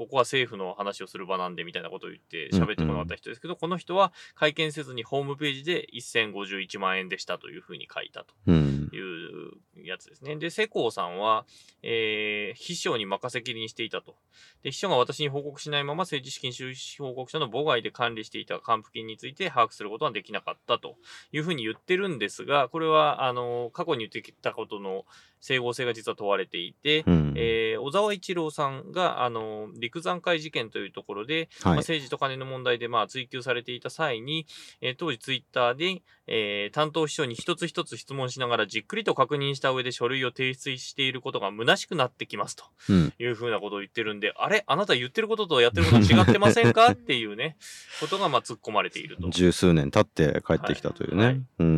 ここは政府の話をする場なんでみたいなことを言って喋ってこなかった人ですけど、うんうん、この人は会見せずにホームページでせんごじゅういちまんえんでしたというふうに書いたというやつですね。で、世耕さんは、えー、秘書に任せきりにしていたと。で、秘書が私に報告しないまま政治資金収支報告書の母外で管理していた還付金について把握することはできなかったというふうに言ってるんですが、これは、あの、過去に言ってきたことの整合性が実は問われていて、うん、えー、小沢一郎さんが、あの、陸山会事件というところで、はい、まあ、政治と金の問題で、まあ、追及されていた際に、えー、当時ツイッターで、えー、担当秘書に一つ一つ質問しながらじっくりと確認した上で書類を提出していることが虚しくなってきますというふうなことを言ってるんで、うん、あれあなた言ってることとやってること違ってませんかっていうね、ことがまあ突っ込まれていると。
十数年経って帰ってきたというね。はいはい、
うん。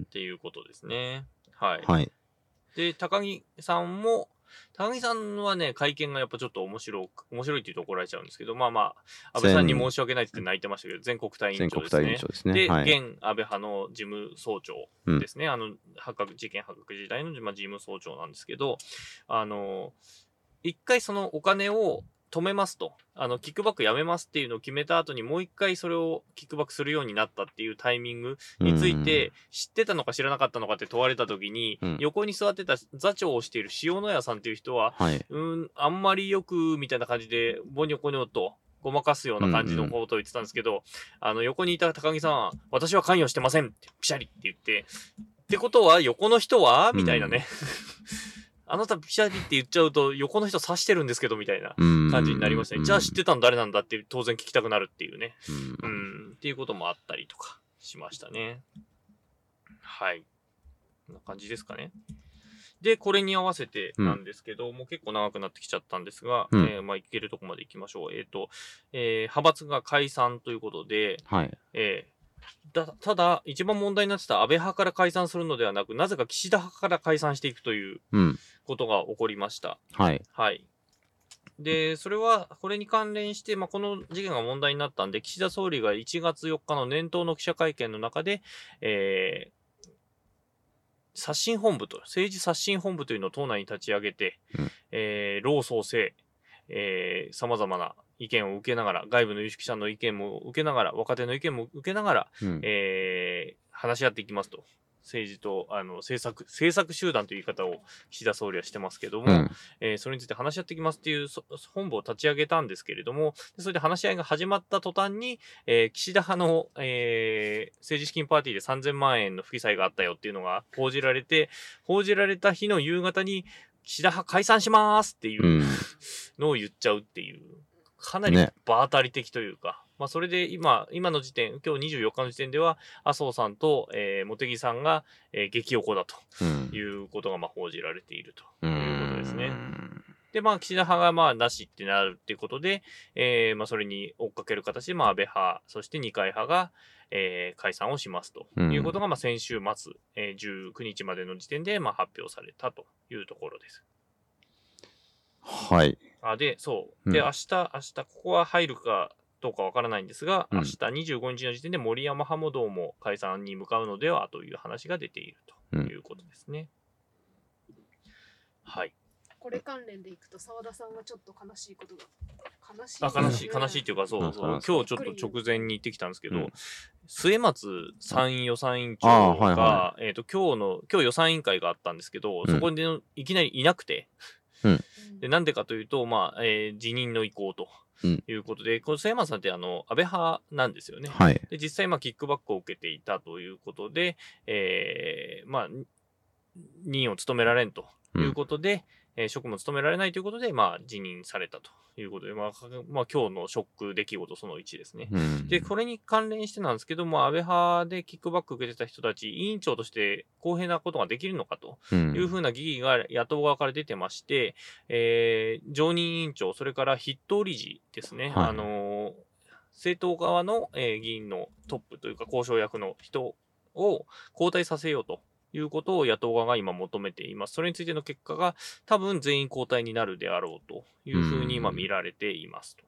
っていうことですね。はい。
はい。
で、高木さんも、高木さんはね、会見がやっぱちょっと面白く、面白いって言うと怒られちゃうんですけど、まあまあ、安倍さんに申し訳ないって言って泣いてましたけど、全国対委員長ですね。全国対委員長ですね。で、はい、現安倍派の事務総長ですね。うん、あの、発覚、事件発覚時代の事務総長なんですけど、あの、一回そのお金を止めますと、あの、キックバックやめますっていうのを決めた後にもう一回それをキックバックするようになったっていうタイミングについて、知ってたのか知らなかったのかって問われた時に、うん、横に座ってた座長をしている塩野谷さんっていう人は、はい、うん、あんまりよく、みたいな感じで、ボニョコニョと、ごまかすような感じのことを言ってたんですけど、うんうん、あの、横にいた高木さんは、私は関与してませんって、ピシャリって言って、ってことは、横の人はみたいなね。うんあなたピシャリって言っちゃうと横の人刺してるんですけどみたいな感じになりましたね。じゃあ知ってたの誰なんだって当然聞きたくなるっていうね。うん。うんっていうこともあったりとかしましたね。はい。こんな感じですかね。で、これに合わせてなんですけど、うん、もう結構長くなってきちゃったんですが、うん、えー、まあ、いけるとこまで行きましょう。えっ、ー、と、えー、派閥が解散ということで、
はい。
えーだただ、一番問題になってた安倍派から解散するのではなく、なぜか岸田派から解散していくということが起こりました。
うん、はい。
はい。で、それは、これに関連して、まあ、この事件が問題になったんで、岸田総理がいちがつよっかの年頭の記者会見の中で、えー、刷新本部と、政治刷新本部というのを党内に立ち上げて、うん、えー、労総政、えー、様々な意見を受けながら、外部の有識者の意見も受けながら、若手の意見も受けながら、うん、えー、話し合っていきますと。政治と、あの、政策、政策集団という言い方を岸田総理はしてますけども、うん、えー、それについて話し合っていきますっていう本部を立ち上げたんですけれども、それで話し合いが始まった途端に、えー、岸田派の、えー、政治資金パーティーでさんぜんまんえんの不記載があったよっていうのが報じられて、報じられた日の夕方に、岸田派解散しますっていうのを言っちゃうっていう。かなり場当たり的というか、ね、まあそれで今、今の時点、今日にじゅうよっかの時点では、麻生さんと、えー、茂木さんが、えー、激横だということがまあ報じられているということですね。で、まあ岸田派がまあなしってなるっていうことで、えー、まあそれに追っかける形で、まあ安倍派、そして二階派が、えー、解散をしますということが、まあ先週末、えー、じゅうくにちまでの時点でまあ発表されたというところです。
はい。
あ、で、そう。で、うん、明日、明日、ここは入るかどうかわからないんですが、うん、明日にじゅうごにちの時点で森山派もどうも解散に向かうのではという話が出ているということですね。うん、はい。
これ関連でいくと、澤田さんはちょっと悲しいことが。悲しい、
ね。あ、悲しい、悲しいっていうか、そうそう。今日ちょっと直前に行ってきたんですけど、うん、末松参予算委員長が、はいはい、えっと、今日の、今日予算委員会があったんですけど、そこでいきなりいなくて、
うん、
で、なんでかというと、まあ、えー、辞任の意向ということで、うん、この末松さんってあの、安倍派なんですよね。
はい。
で、実際、まあ、キックバックを受けていたということで、えー、まあ、任を務められんということで、うんえー、職務を務められないということで、まあ、辞任されたということで、まあ、まあ、今日のショック出来事そのいちですね。
うん、
で、これに関連してなんですけども、安倍派でキックバック受けてた人たち、委員長として公平なことができるのかというふうな疑義が野党側から出てまして、えー、常任委員長、それから筆頭理事ですね。はい、あのー、政党側の、えー、議員のトップというか交渉役の人を交代させようと。いうことを野党側が今求めています。それについての結果が多分全員交代になるであろうというふうに今見られていますと。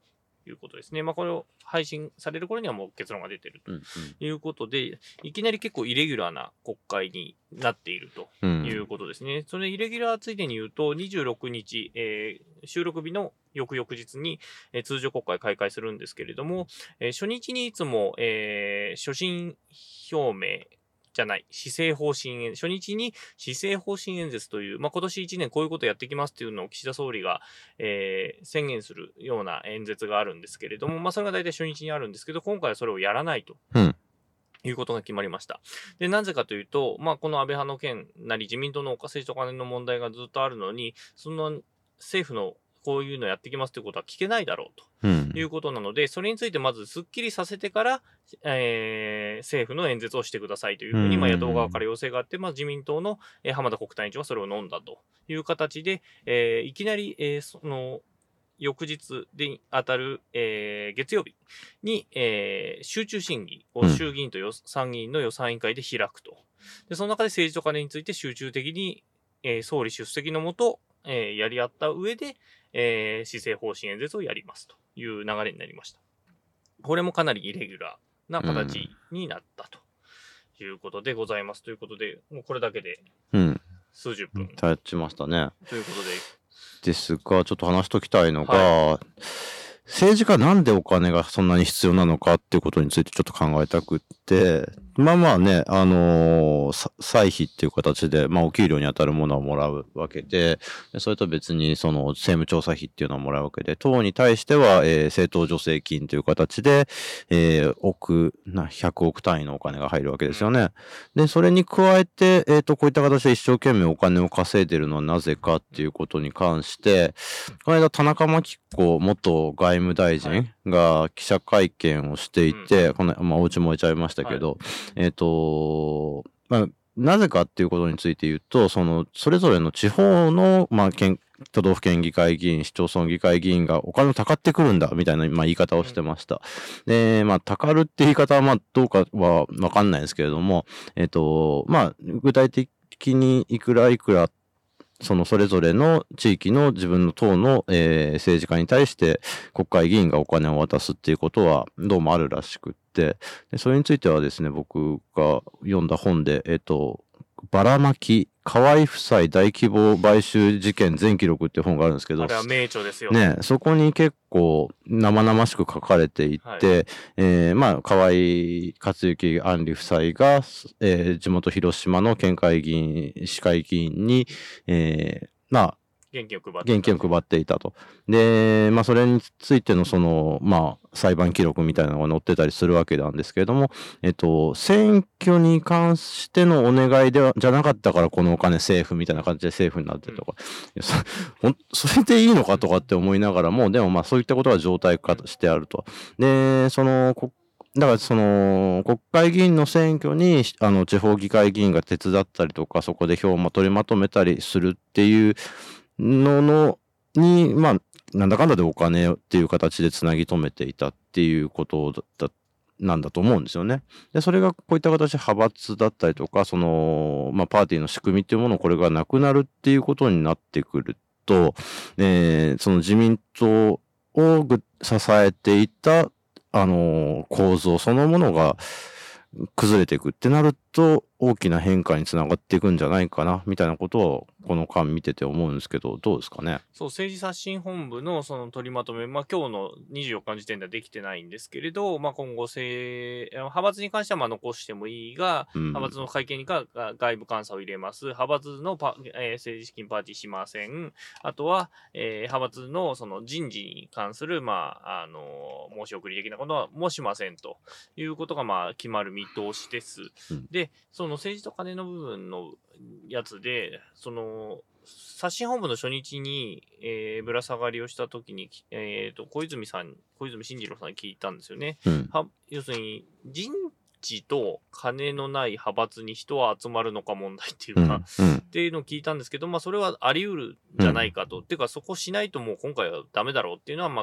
いうことですね。まあ、これを配信される頃にはもう結論が出てるということで、うんうん、いきなり結構イレギュラーな国会になっているということですね。うん、そのイレギュラーついでに言うと、にじゅうろくにち、えー、収録日の翌々日に、えー、通常国会開会するんですけれども、えー、初日にいつも、えー、所信表明、じゃない、施政方針演、初日に施政方針演説という、まあ、今年いちねんこういうことをやっていきますっていうのを岸田総理が、えー、宣言するような演説があるんですけれども、まあ、それが大体初日にあるんですけど、今回はそれをやらないと。うんいうことが決まりました。で、なぜかというと、まあ、この安倍派の件なり自民党の政治と金の問題がずっとあるのに、その政府のこういうのやってきますということは聞けないだろうということなので、うん、それについてまずスッキリさせてから、えー、政府の演説をしてくださいというふうに、まあ、野党側から要請があって、まあ、自民党の、えー、浜田国対委員長はそれを飲んだという形で、えー、いきなり、えー、その、翌日で当たる、えー、月曜日に、えー、集中審議を衆議院と参議院の予算委員会で開くと。で、その中で政治と金について集中的に、えー、総理出席のもと、えー、やり合った上で、えー、施政方針演説をやりますという流れになりました。これもかなりイレギュラーな形になったということでございます。うん、ということで、もうこれだけで数十分、うん、
経ちましたね。
ということで。
ですが、ちょっと話しときたいのが、はい、政治家なんでお金がそんなに必要なのかっていうことについてちょっと考えたくって、まあまあね、あのー、歳費っていう形で、まあお給料に当たるものをもらうわけで、それと別にその政務調査費っていうのをもらうわけで、党に対しては、えー、政党助成金という形で、えー、億、な、ひゃくおく単位のお金が入るわけですよね。で、それに加えて、えっと、こういった形で一生懸命お金を稼いでるのはなぜかっていうことに関して、この間田中真紀子元外務大臣が記者会見をしていて、はい、この、まあ、お家燃えちゃいましたけど、はい、えっと、まあ、なぜかっていうことについて言うと、その、それぞれの地方の、まあ、県、都道府県議会議員、市町村議会議員がお金をたかってくるんだ、みたいな、まあ、言い方をしてました。で、まあ、たかるって言い方は、まあ、どうかはわかんないですけれども、えっと、まあ、具体的にいくらいくら、そのそれぞれの地域の自分の党の、えー、政治家に対して国会議員がお金を渡すっていうことはどうもあるらしくって、でそれについてはですね、僕が読んだ本で、えっと、ばらまき、河合夫妻大規模買収事件全記録っていう本があるんですけど、
あれは名著ですよ
ね。そこに結構生々しく書かれていて、はい、えー、まあ、河合克行杏里夫妻が、えー、地元広島の県会議員、市会議員に、えー、まあ、
現金を配っていた。
現金を配っていたと。で、まあ、それについてのその、まあ、裁判記録みたいなのが載ってたりするわけなんですけれども、えっと、選挙に関してのお願いでは、じゃなかったからこのお金政府みたいな感じで政府になってるとか、うん、そ, それでいいのかとかって思いながらも、でもまあそういったことが常態化してあると。で、その、だからその国会議員の選挙にあの地方議会議員が手伝ったりとか、そこで票を取りまとめたりするっていうののに、まあ、なんだかんだでお金っていう形でつなぎ止めていたっていうことだなんだと思うんですよね。で、それがこういった形で派閥だったりとか、その、まあ、パーティーの仕組みっていうもの、これがなくなるっていうことになってくると、えー、その自民党を支えていた、あの、構造そのものが崩れていくってなると、大きな変化につながっていくんじゃないかな、みたいなことを、この間見てて思うんですけど、どうですかね。
そう、政治刷新本部のその取りまとめ、まあ今日のにじゅうよっかの時点ではできてないんですけれど、まあ今後、政、派閥に関してはまあ残してもいいが、うん、派閥の会見にか外部監査を入れます。派閥のパ、えー、政治資金パーティーしません。あとは、えー、派閥のその人事に関する、まあ、あの、申し送り的なことはもしませんということがまあ決まる見通しです。うん、で、その政治と金の部分のやつで、その、刷新本部の初日に、えー、ぶら下がりをしたときに、えっと、小泉さん、小泉進次郎さんに聞いたんですよね。うん、は要するに、人事と金のない派閥に人は集まるのか問題っていうか、うんうん、っていうのを聞いたんですけど、まあ、それはあり得るんじゃないかと。うん、っていうか、そこしないともう今回はダメだろうっていうのは、まあ、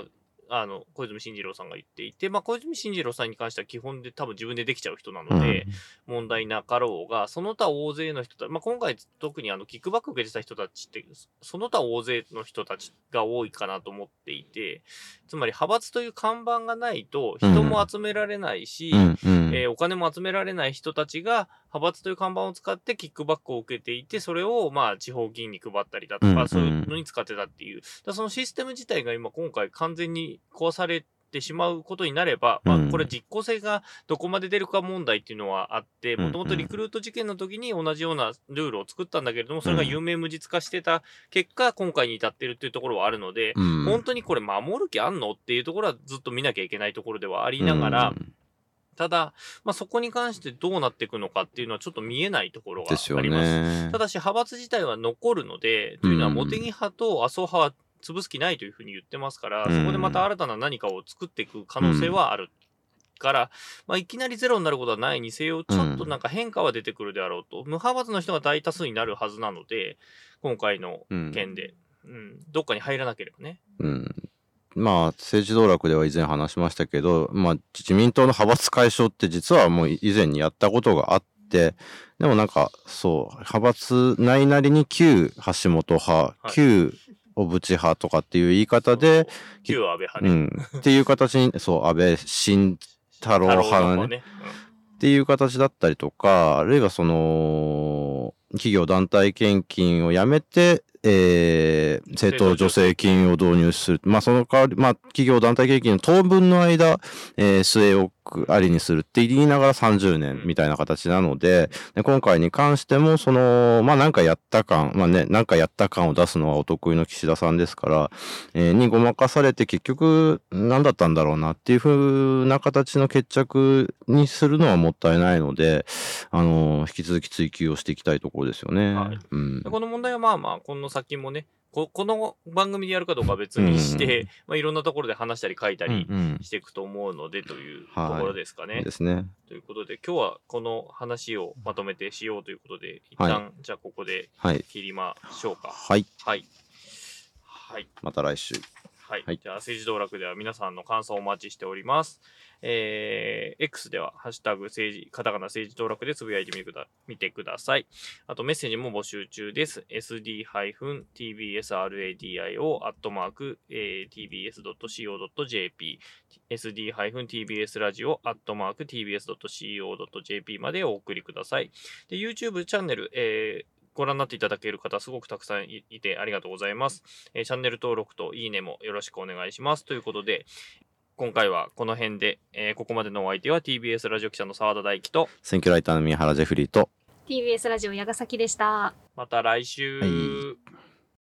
あの、小泉進次郎さんが言っていて、まあ、小泉進次郎さんに関しては基本で多分自分でできちゃう人なので、うん、問題なかろうが、その他大勢の人たち、まあ、今回特にあの、キックバック受けてた人たちって、その他大勢の人たちが多いかなと思っていて、つまり派閥という看板がないと人も集められないし、うんうんえー、お金も集められない人たちが派閥という看板を使ってキックバックを受けていて、それをまあ地方議員に配ったりだとか、うんうん、そういうのに使ってたっていう。だそのシステム自体が今今回完全に壊されてしまうことになれば、まあ、これ実効性がどこまで出るか問題っていうのはあって、もともとリクルート事件の時に同じようなルールを作ったんだけれども、それが有名無実化してた結果、今回に至っているっていうところはあるので、本当にこれ守る気あんのっていうところはずっと見なきゃいけないところではありながら、ただ、まあ、そこに関してどうなっていくのかっていうのはちょっと見えないところがあります。ですよね。ただし、派閥自体は残るので、というのは、茂木派と麻生派は潰す気ないというふうに言ってますから、そこでまた新たな何かを作っていく可能性はある。から、まあ、いきなりゼロになることはないにせよ、ちょっとなんか変化は出てくるであろうと。無派閥の人が大多数になるはずなので、今回の件で、うん、うん、どっかに入らなければね。
うんまあ、政治道楽では以前話しましたけど、まあ、自民党の派閥解消って実はもう以前にやったことがあって、でもなんか、そう、派閥内なりに旧橋本派、はい、旧小渕派とかっていう言い方で、
旧安倍派ね。
うん。っていう形に、そう、安倍晋太郎派ね。ねうん、っていう形だったりとか、あるいはその、企業団体献金をやめて、えー、政党助成金を導入する。まあ、その代わり、まあ、企業団体献金の当分の間、えー、据え置く、ありにするって言いながらさんじゅうねんみたいな形なので、で今回に関しても、その、まあ、なんかやった感、まあね、なんかやった感を出すのはお得意の岸田さんですから、えー、にごまかされて結局、何だったんだろうなっていう風な形の決着にするのはもったいないので、あのー、引き続き追及をしていきたいところですよね。はい
うん、この問題はまあまあ、この先もね、こ, この番組でやるかどうかは別にして、うんまあ、いろんなところで話したり書いたりしていくと思うので、うんうん、というところですかね。
はい、ですね。
ということで、今日はこの話をまとめてしようということで、一旦、はい、じゃあここで切りましょうか。
はい。
はい。はい。
また来週。
はい。はい、じゃあ、政治道楽では皆さんの感想をお待ちしております。えー、X では、ハッシュタグ政治、カタカナ政治道楽でつぶやいてみてくだ、見てください。あと、メッセージも募集中です。エスディー ティービーエス ラディオ アットマーク ティービーエス ドット シーオー ドット ジェーピー エスディー ティービーエス ラジオ アットマーク ティービーエス ドット シーオー ドット ジェーピー までお送りください。で、YouTube チャンネル、えーご覧になっていただける方すごくたくさんいてありがとうございます、えー、チャンネル登録といいねもよろしくお願いしますということで今回はこの辺で、えー、ここまでのお相手は ティービーエス ラジオ記者の澤田大樹と
選挙ライターの宮原ジェフリーと
ティービーエス ラジオ矢ヶ崎でした。
また来週、はい